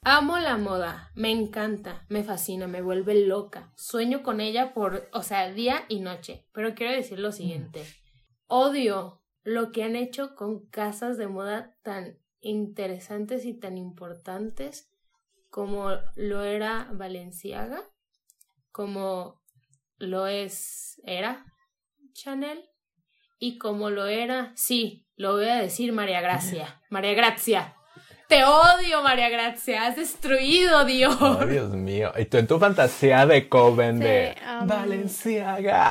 Amo la moda, me encanta, me fascina, me vuelve loca. Sueño con ella día y noche. Pero quiero decir lo siguiente. Odio lo que han hecho con casas de moda tan interesantes y tan importantes como lo era Balenciaga, como era Chanel y como lo era, sí, lo voy a decir, María Grazia. Te odio, María Grazia. Has destruido, Dios. Oh, Dios mío. Y tú en tu fantasía de Coven de Balenciaga.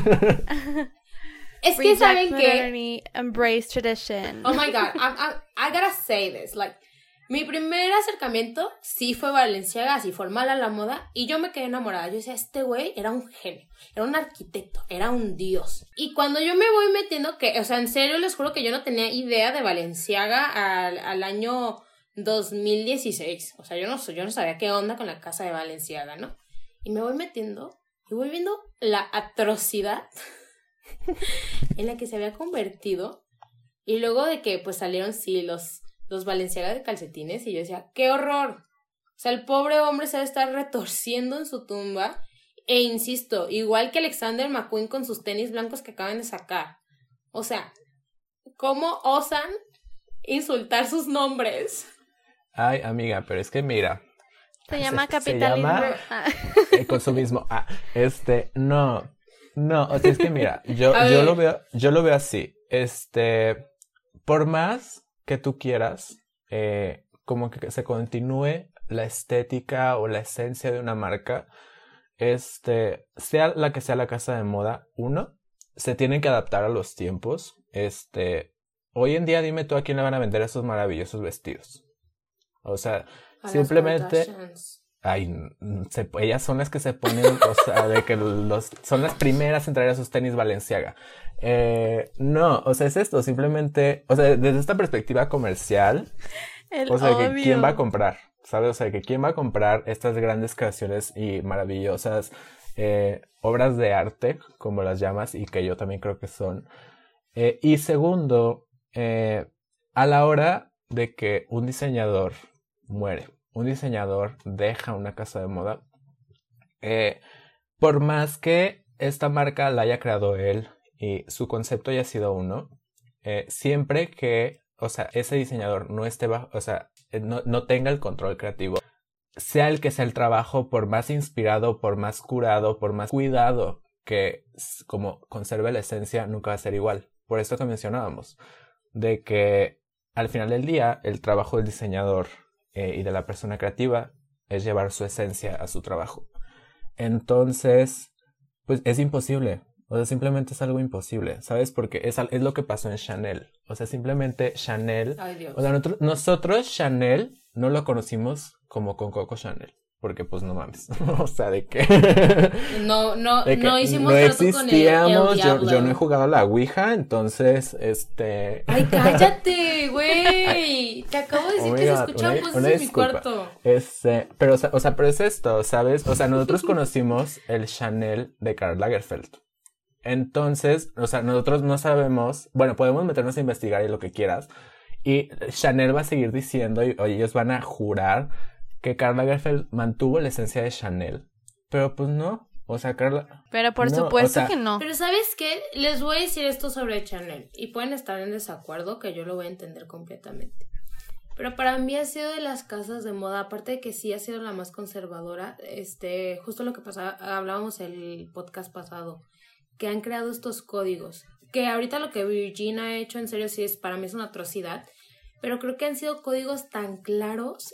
Es que saben que embrace tradition. Oh my God, I gotta say this. Like, mi primer acercamiento sí fue Balenciaga, así formal a la moda, y yo me quedé enamorada. Yo decía, este güey era un genio, era un arquitecto, era un dios. Y cuando yo me voy metiendo o sea, en serio les juro que yo no tenía idea de Balenciaga al año 2016. O sea, yo no sabía qué onda con la casa de Balenciaga, ¿no? Y me voy metiendo y voy viendo la atrocidad en la que se había convertido. Y luego de que pues salieron sí los Balenciaga de calcetines y yo decía, ¡qué horror! O sea, el pobre hombre se va a estar retorciendo en su tumba. E insisto, igual que Alexander McQueen con sus tenis blancos que acaban de sacar. O sea, ¿cómo osan insultar sus nombres? Ay, amiga, pero es que mira. Se llama capitalismo. Se llama consumismo. No, o sea, es que mira, yo lo veo así. Por más que tú quieras, como que se continúe la estética o la esencia de una marca, sea la que sea la casa de moda, se tienen que adaptar a los tiempos. Hoy en día dime tú a quién le van a vender esos maravillosos vestidos. O sea, a simplemente... Ay, ellas son las que se ponen, o sea, de que son las primeras en traer a sus tenis Balenciaga. No, o sea, es esto, simplemente, o sea, desde esta perspectiva comercial, o sea, que quién va a comprar, ¿sabes? O sea, que quién va a comprar estas grandes creaciones y maravillosas obras de arte, como las llamas, y que yo también creo que son. Y segundo, a la hora de que un diseñador muere, un diseñador deja una casa de moda, por más que esta marca la haya creado él y su concepto haya sido uno, siempre que, o sea, ese diseñador no esté bajo, o sea, no tenga el control creativo, sea el que sea el trabajo, por más inspirado, por más curado, por más cuidado que como conserve la esencia, nunca va a ser igual. Por esto que mencionábamos, de que al final del día el trabajo del diseñador y de la persona creativa es llevar su esencia a su trabajo. Entonces, pues es imposible. O sea, simplemente es algo imposible, ¿sabes? Porque es lo que pasó en Chanel. O sea, simplemente Chanel... Ay, Dios. O sea, nosotros Chanel no lo conocimos como con Coco Chanel. Porque, pues, no mames. O sea, de que... No hicimos no trato con el diablo. Yo no he jugado a la Ouija, entonces, ¡Ay, cállate, güey! Te acabo de decir que se escuchan voces en mi cuarto. Pero es esto, ¿sabes? O sea, nosotros conocimos el Chanel de Karl Lagerfeld. Entonces, o sea, nosotros no sabemos... Bueno, podemos meternos a investigar y lo que quieras. Y Chanel va a seguir diciendo, y ellos van a jurar que Karl Lagerfeld mantuvo la esencia de Chanel. Pero pues no. O sea, Pero por supuesto que no. Pero ¿sabes qué? Les voy a decir esto sobre Chanel. Y pueden estar en desacuerdo, que yo lo voy a entender completamente. Pero para mí ha sido de las casas de moda, aparte de que sí ha sido la más conservadora, justo lo que pasaba, hablábamos el podcast pasado, que han creado estos códigos. Que ahorita lo que Virgin ha hecho, en serio, sí para mí es una atrocidad. Pero creo que han sido códigos tan claros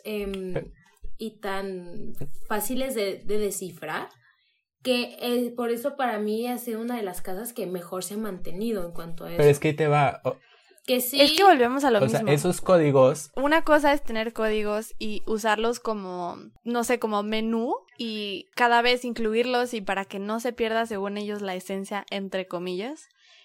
y tan fáciles de descifrar, que por eso para mí ha sido una de las casas que mejor se ha mantenido en cuanto a eso. Pero es que ahí te va... Que sí. Es que volvemos a lo mismo. O sea, esos códigos... Una cosa es tener códigos y usarlos como, no sé, como menú y cada vez incluirlos y para que no se pierda, según ellos, la esencia, entre comillas.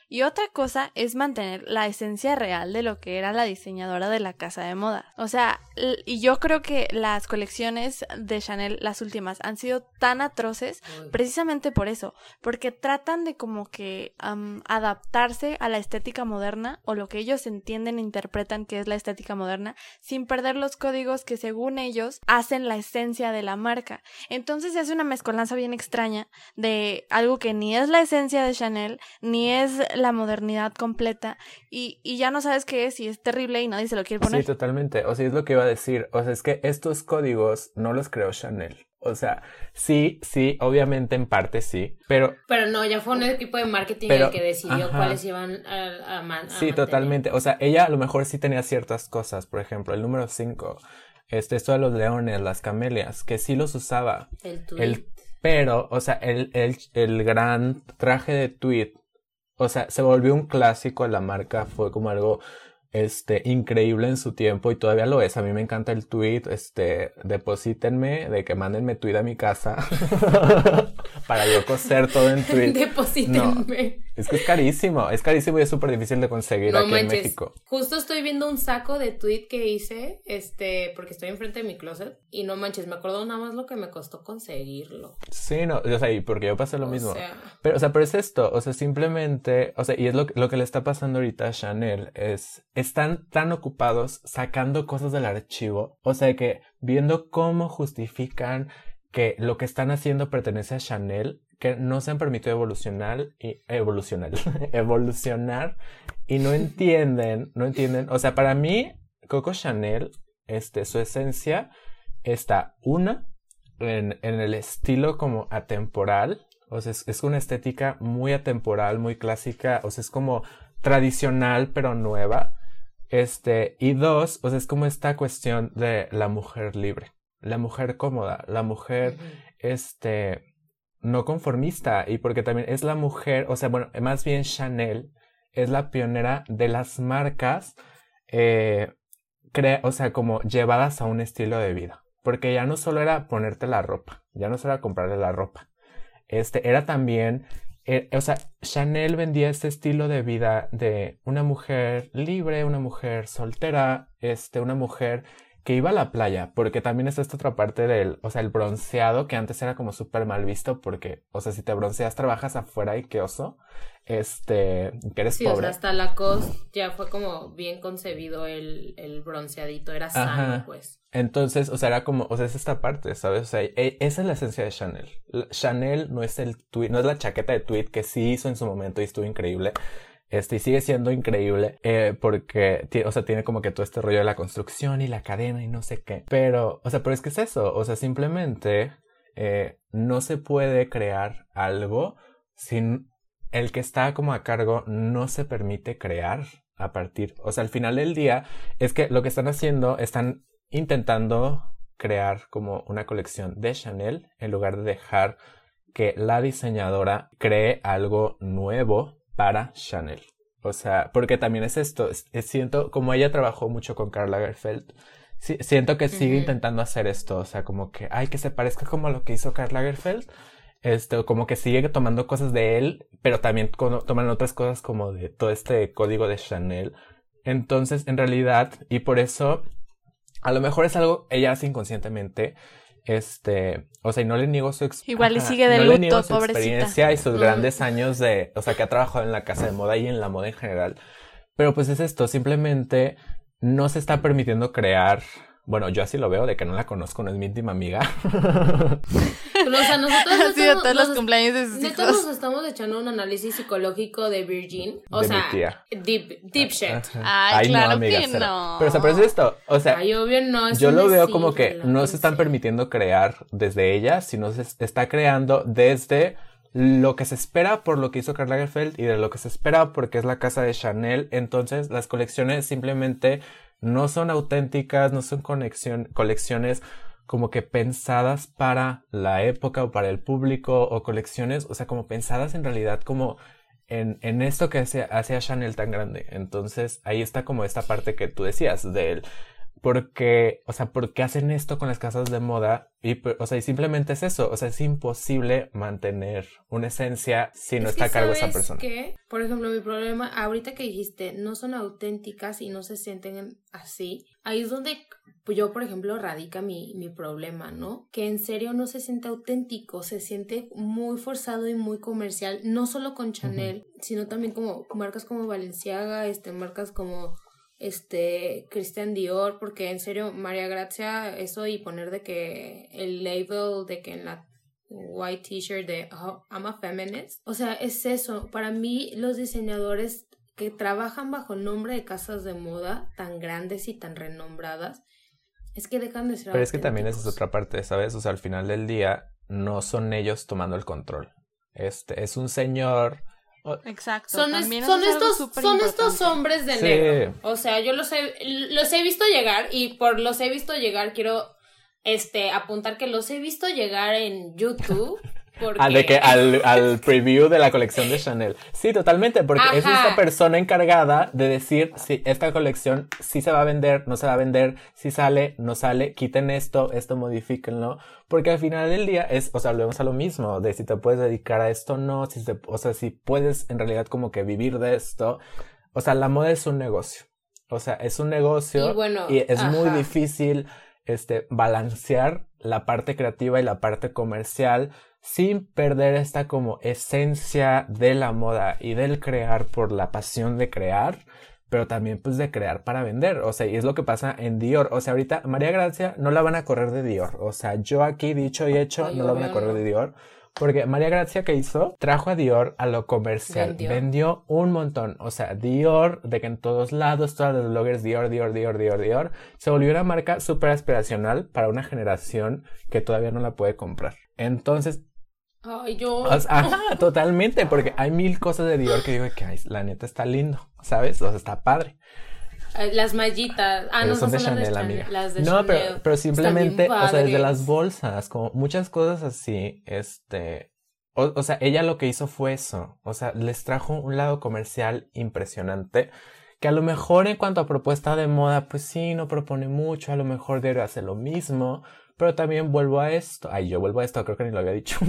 Y otra cosa es mantener la esencia real de lo que era la diseñadora de la casa de moda. O sea, y yo creo que las colecciones de Chanel, las últimas, han sido tan atroces precisamente por eso. Porque tratan de como que adaptarse a la estética moderna o lo que ellos entienden e interpretan que es la estética moderna sin perder los códigos que según ellos hacen la esencia de la marca. Entonces se hace una mezcolanza bien extraña de algo que ni es la esencia de Chanel, ni es la modernidad completa, y ya no sabes qué es, y es terrible y nadie se lo quiere poner. Sí, totalmente. O sea, es lo que iba a decir. O sea, es que estos códigos no los creó Chanel. O sea, sí, obviamente en parte sí, pero no, ya fue un equipo de marketing el que decidió cuáles iban a sí, totalmente. O sea, ella a lo mejor sí tenía ciertas cosas. Por ejemplo, el número 5, esto de los leones, las camelias, que sí los usaba. El tweet. Pero, o sea, el gran traje de tweet, o sea, se volvió un clásico de la marca, fue como algo increíble en su tiempo y todavía lo es. A mí me encanta el tweet, deposítenme, de que mándenme tweet a mi casa para yo coser todo en tweet. Deposítenme. No, es que es carísimo y es súper difícil de conseguir aquí en México. Justo estoy viendo un saco de tweet que hice, porque estoy enfrente de mi closet y no manches, me acuerdo nada más lo que me costó conseguirlo. Sí, no, o sea, y porque yo pasé lo mismo. Sea... Pero es esto, o sea, simplemente, o sea, y es lo que le está pasando ahorita a Chanel, están tan ocupados sacando cosas del archivo, o sea, que viendo cómo justifican que lo que están haciendo pertenece a Chanel, que no se han permitido evolucionar y no entienden, o sea, para mí, Coco Chanel, su esencia está en el estilo como atemporal, o sea, es una estética muy atemporal, muy clásica, o sea, es como tradicional pero nueva, y 2, o sea, es como esta cuestión de la mujer libre, la mujer cómoda, la mujer, no conformista, y porque también es la mujer, o sea, bueno, más bien Chanel es la pionera de las marcas, o sea, como llevadas a un estilo de vida, porque ya no solo era ponerte la ropa, ya no solo era comprarle la ropa, era también, o sea, Chanel vendía este estilo de vida de una mujer libre, una mujer soltera, una mujer que iba a la playa, porque también está esta otra parte o sea, el bronceado, que antes era como súper mal visto, porque, o sea, si te bronceas trabajas afuera y qué oso, que eres pobre. O sea, hasta Lacoste ya fue como bien concebido el bronceadito, era sano, pues. Entonces, o sea, era como, o sea, es esta parte, ¿sabes? O sea, esa es la esencia de Chanel. Chanel no es el tweet, no es la chaqueta de tweet que sí hizo en su momento y estuvo increíble. Y sigue siendo increíble porque, o sea, tiene como que todo este rollo de la construcción y la cadena y no sé qué. Pero es que es eso, o sea, simplemente no se puede crear algo sin el que está como a cargo no se permite crear a partir. O sea, al final del día es que lo que están haciendo, están intentando crear como una colección de Chanel en lugar de dejar que la diseñadora cree algo nuevo para Chanel. O sea, porque también es esto, siento, como ella trabajó mucho con Karl Lagerfeld, siento que sigue intentando hacer esto, o sea, como que, que se parezca como a lo que hizo Karl Lagerfeld, como que sigue tomando cosas de él, pero también toman otras cosas como de todo este código de Chanel. Entonces, en realidad, y por eso, a lo mejor es algo ella hace inconscientemente, o sea, y no le niego su igual y sigue de luto, pobrecita, experiencia y sus grandes años o sea, que ha trabajado en la casa de moda y en la moda en general. Pero pues es esto, simplemente no se está permitiendo crear. Bueno, yo así lo veo, de que no la conozco, no es mi íntima amiga. Pero, o sea, nosotros ha sido todos los cumpleaños de sus hijos. Nosotros nos estamos echando un análisis psicológico de Virgin. O de sea, mi tía. Deep shit. Ay, claro, no, amiga, que no. Pero, o sea, pero es esto, o sea, obvio no, yo lo veo como que no se están permitiendo crear desde ella, sino se está creando desde lo que se espera por lo que hizo Karl Lagerfeld y de lo que se espera porque es la casa de Chanel. Entonces, las colecciones simplemente no son auténticas, no son colecciones como que pensadas para la época o para el público, o colecciones, o sea, como pensadas en realidad como en esto que hace a Chanel tan grande. Entonces ahí está como esta parte que tú decías Porque, o sea, ¿por qué hacen esto con las casas de moda? Y, o sea, y simplemente es eso. O sea, es imposible mantener una esencia si no está a cargo esa persona. ¿Qué? Por ejemplo, mi problema, ahorita que dijiste, no son auténticas y no se sienten así. Ahí es donde pues yo, por ejemplo, radica mi problema, ¿no? Que en serio no se siente auténtico, se siente muy forzado y muy comercial. No solo con Chanel, sino también como marcas como Balenciaga, marcas como... Christian Dior, porque en serio María Grazia, eso y poner de que el label de que en la white t-shirt de I'm a feminist, o sea, es eso. Para mí los diseñadores que trabajan bajo el nombre de casas de moda tan grandes y tan renombradas es que dejan de ser pero es que también esa es otra parte, ¿sabes? O sea, al final del día no son ellos tomando el control, es un señor. Exacto. Son estos hombres de negro. O sea, yo los he visto llegar y por los he visto llegar quiero apuntar que los he visto llegar en YouTube. Porque... de que al preview de la colección de Chanel. Sí, totalmente, porque es esta persona encargada de decir si esta colección sí se va a vender, no se va a vender, si sale, no sale, quiten esto modifíquenlo, porque al final del día o sea, volvemos a lo mismo, de si te puedes dedicar a esto o no, o sea, si puedes en realidad como que vivir de esto. O sea, la moda es un negocio. O sea, es un negocio y es muy difícil balancear la parte creativa y la parte comercial sin perder esta como esencia de la moda y del crear por la pasión de crear, pero también pues de crear para vender. O sea, y es lo que pasa en Dior. O sea, ahorita María Grazia no la van a correr de Dior. O sea, yo aquí dicho y hecho no la van a correr de Dior. Porque María Grazia, ¿qué hizo? Trajo a Dior a lo comercial. Vendió un montón. O sea, Dior, de que en todos lados, todos los bloggers, Dior. Se volvió una marca súper aspiracional para una generación que todavía no la puede comprar. Entonces... Ay, yo... totalmente. Porque hay mil cosas de Dior que digo que ay, la neta está lindo, ¿sabes? O sea, está padre. Las mallitas. No son de Chanel, amiga. Las de Chanel. Pero simplemente, o sea, desde las bolsas, como muchas cosas así, o sea, ella lo que hizo fue eso. O sea, les trajo un lado comercial impresionante, que a lo mejor en cuanto a propuesta de moda, pues sí, no propone mucho, a lo mejor Dior hace lo mismo, pero también vuelvo a esto. Ay, yo vuelvo a esto, creo que ni lo había dicho.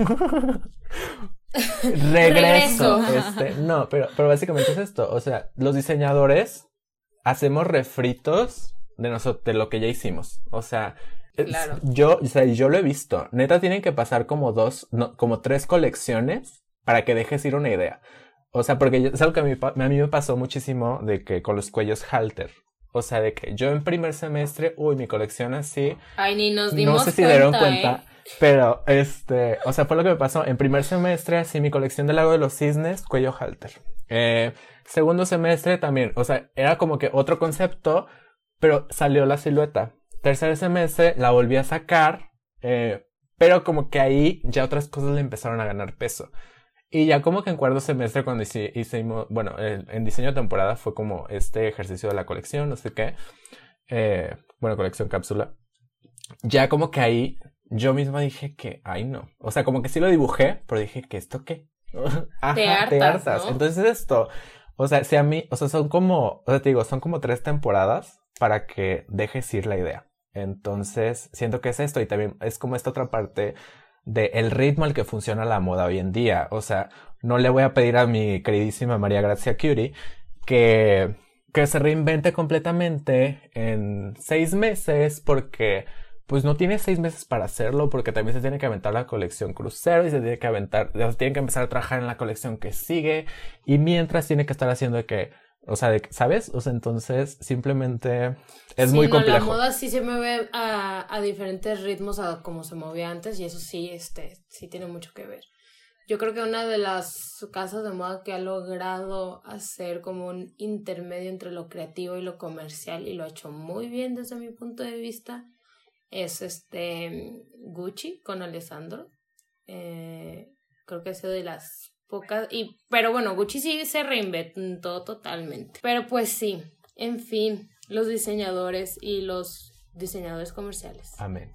Regreso. No, pero básicamente es esto. O sea, los diseñadores hacemos refritos de lo que ya hicimos. O sea, claro. Yo lo he visto. Neta, tienen que pasar como 3 colecciones para que dejes ir una idea. O sea, porque es algo que a mí me pasó muchísimo de que con los cuellos halter. O sea, de que yo en primer semestre, mi colección así. Ay, ni nos dimos cuenta. No sé si dieron cuenta, pero o sea, fue lo que me pasó. En primer semestre, así mi colección del Lago de los Cisnes, cuello halter. Segundo semestre también, o sea, era como que otro concepto, pero salió la silueta. Tercer semestre la volví a sacar, pero como que ahí ya otras cosas le empezaron a ganar peso. Y ya como que en cuarto semestre cuando hicimos, bueno, en diseño de temporada fue como este ejercicio de la colección, no sé qué, bueno, colección cápsula. Ya como que ahí yo misma dije que, ay no, o sea, como que sí lo dibujé, pero dije que esto qué. Ajá, te hartas, ¿no? Entonces esto, o sea, si a mí, o sea, son como 3 temporadas para que dejes ir la idea. Entonces, siento que es esto y también es como esta otra parte del ritmo al que funciona la moda hoy en día. O sea, no le voy a pedir a mi queridísima María Grazia Curie que se reinvente completamente en 6 meses porque... pues no tiene 6 meses para hacerlo porque también se tiene que aventar la colección crucero y se tiene que empezar a trabajar en la colección que sigue y mientras tiene que estar haciendo ¿sabes? O sea, entonces simplemente es muy complejo. La moda sí se mueve a diferentes ritmos a como se movía antes y eso sí, sí tiene mucho que ver. Yo creo que una de las casas de moda que ha logrado hacer como un intermedio entre lo creativo y lo comercial y lo ha hecho muy bien desde mi punto de vista es Gucci con Alessandro. Creo que ha sido de las pocas pero bueno, Gucci sí se reinventó totalmente, pero pues sí, en fin, los diseñadores y los diseñadores comerciales. Amén.